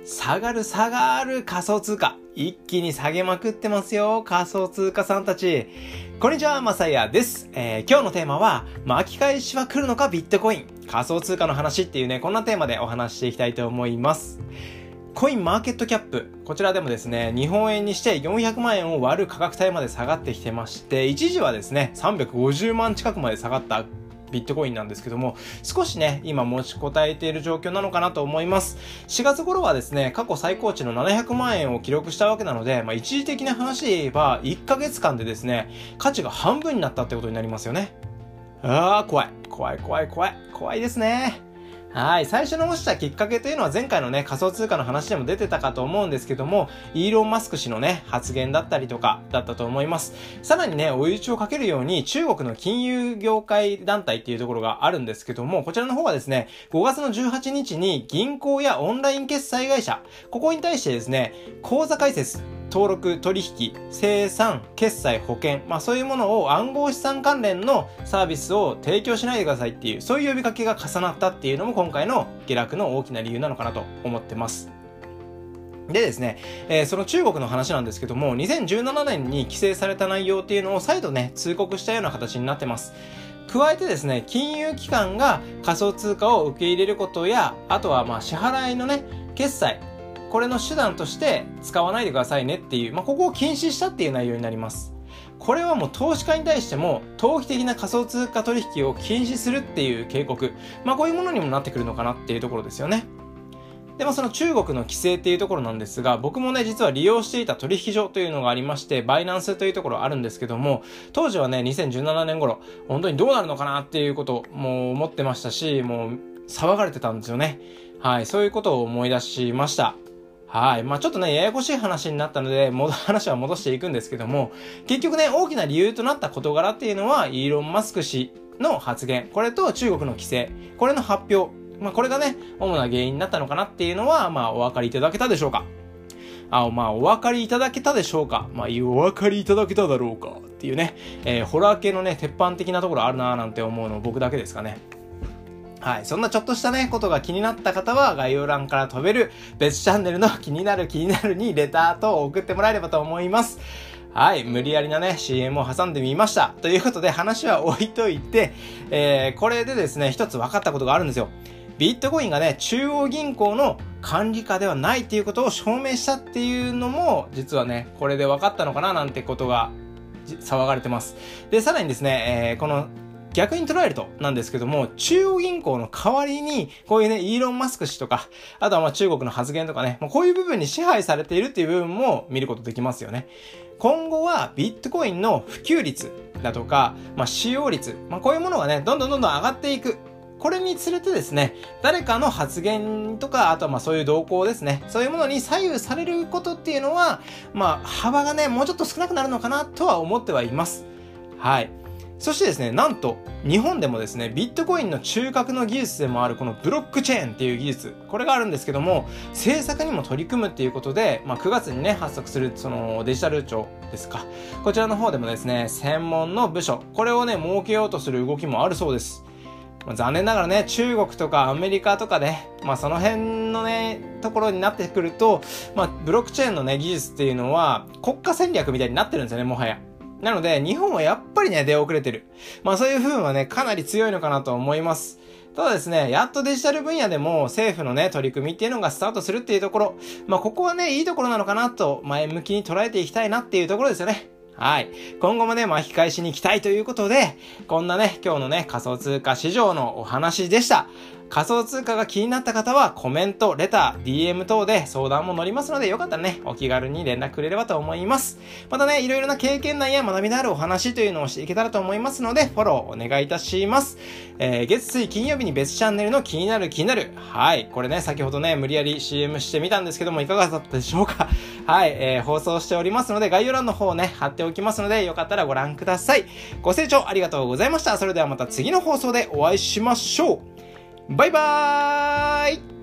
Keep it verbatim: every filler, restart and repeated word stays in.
下がる下がる仮想通貨。一気に下げまくってますよ。仮想通貨さんたち。こんにちは、まさやです。えー、今日のテーマは、巻き返しは来るのかビットコイン。仮想通貨の話っていうね、こんなテーマでお話ししていきたいと思います。コインマーケットキャップ。こちらでもですね、日本円にしてよんひゃくまんえんを割る価格帯まで下がってきてまして、一時はですね、さんびゃくごじゅうまん近くまで下がったビットコインなんですけども、少しね、今持ちこたえている状況なのかなと思います。しがつ頃はですね、過去最高値のななひゃくまんえんを記録したわけなので、まあ一時的な話で言えば、いっかげつかんでですね、価値が半分になったってことになりますよね。あー、怖い。怖い怖い怖い。怖いですね。はい。最初の落ちたきっかけというのは前回のね、仮想通貨の話でも出てたかと思うんですけども、イーロン・マスク氏のね、発言だったりとかだったと思います。さらにね、追い打ちをかけるように中国の金融業界団体っていうところがあるんですけども、こちらの方がですね、ごがつのじゅうはちにちに銀行やオンライン決済会社、ここに対してですね、口座開設、登録、取引、生産、決済、保険、まあそういうものを暗号資産関連のサービスを提供しないでくださいっていう、そういう呼びかけが重なったっていうのも今回の下落の大きな理由なのかなと思ってます。でですね、えー、その中国の話なんですけども、にせんじゅうななねんに規制された内容っていうのを再度ね、通告したような形になってます。加えてですね、金融機関が仮想通貨を受け入れることや、あとはまあ支払いのね、決済、これの手段として使わないでくださいねっていう、まあ、ここを禁止したっていう内容になります。これはもう投資家に対しても、投機的な仮想通貨取引を禁止するっていう警告、まあこういうものにもなってくるのかなっていうところですよね。でもその中国の規制っていうところなんですが、僕もね、実は利用していた取引所というのがありまして、バイナンスというところあるんですけども、当時はね、にせんじゅうななねん頃、本当にどうなるのかなっていうことをもう思ってましたし、もう騒がれてたんですよね。はい、そういうことを思い出しました。はい。まあちょっとね、ややこしい話になったので、も話は戻していくんですけども、結局ね、大きな理由となった事柄っていうのは、イーロン・マスク氏の発言、これと中国の規制、これの発表、まあこれがね、主な原因になったのかなっていうのは、まあお分かりいただけたでしょうか。あ、まあお分かりいただけたでしょうか。まあお分かりいただけただろうかっていうね、えー、ホラー系のね、鉄板的なところあるなーなんて思うの僕だけですかね。はい。そんなちょっとしたね、ことが気になった方は、概要欄から飛べる別チャンネルの気になる気になるにレターと送ってもらえればと思います。はい。無理やりなね、シーエム を挟んでみました。ということで話は置いといて、えー、これでですね、一つ分かったことがあるんですよ。ビットコインがね、中央銀行の管理下ではないっていうことを証明したっていうのも、実はね、これで分かったのかななんてことが騒がれてます。で、さらにですね、えー、この、逆に捉えるとなんですけども、中央銀行の代わりに、こういうね、イーロン・マスク氏とか、あとはまあ中国の発言とかね、こういう部分に支配されているっていう部分も見ることできますよね。今後はビットコインの普及率だとか、まあ使用率、まあこういうものがね、どんどんどんどん上がっていく。これにつれてですね、誰かの発言とか、あとはまあそういう動向ですね、そういうものに左右されることっていうのは、まあ幅がね、もうちょっと少なくなるのかなとは思ってはいます。はい。そしてですね、なんと、日本でもですね、ビットコインの中核の技術でもあるこのブロックチェーンっていう技術、これがあるんですけども、政策にも取り組むっていうことで、まあくがつにね、発足するそのデジタル庁ですか。こちらの方でもですね、専門の部署、これをね、設けようとする動きもあるそうです。まあ、残念ながらね、中国とかアメリカとかで、まあその辺のね、ところになってくると、まあブロックチェーンのね、技術っていうのは国家戦略みたいになってるんですよね、もはや。なので、日本はやっぱりね、出遅れてる。まあそういう部分はね、かなり強いのかなと思います。ただですね、やっとデジタル分野でも政府のね、取り組みっていうのがスタートするっていうところ、まあここはね、いいところなのかなと前向きに捉えていきたいなっていうところですよね。はい。今後もね、巻き返しに期待ということで、こんなね、今日のね、仮想通貨市場のお話でした。仮想通貨が気になった方はコメント、レター、ディーエム 等で相談も乗りますので、よかったらね、お気軽に連絡くれればと思います。またね、いろいろな経験談や学びのあるお話というのをしていけたらと思いますので、フォローお願いいたします。えー、月水金曜日に別チャンネルの気になる気になる。はい。これね、先ほどね、無理やり シーエム してみたんですけども、いかがだったでしょうか。はい。えー、放送しておりますので、概要欄の方をね、貼っておきますので、よかったらご覧ください。ご清聴ありがとうございました。それではまた次の放送でお会いしましょう。バイバーイ。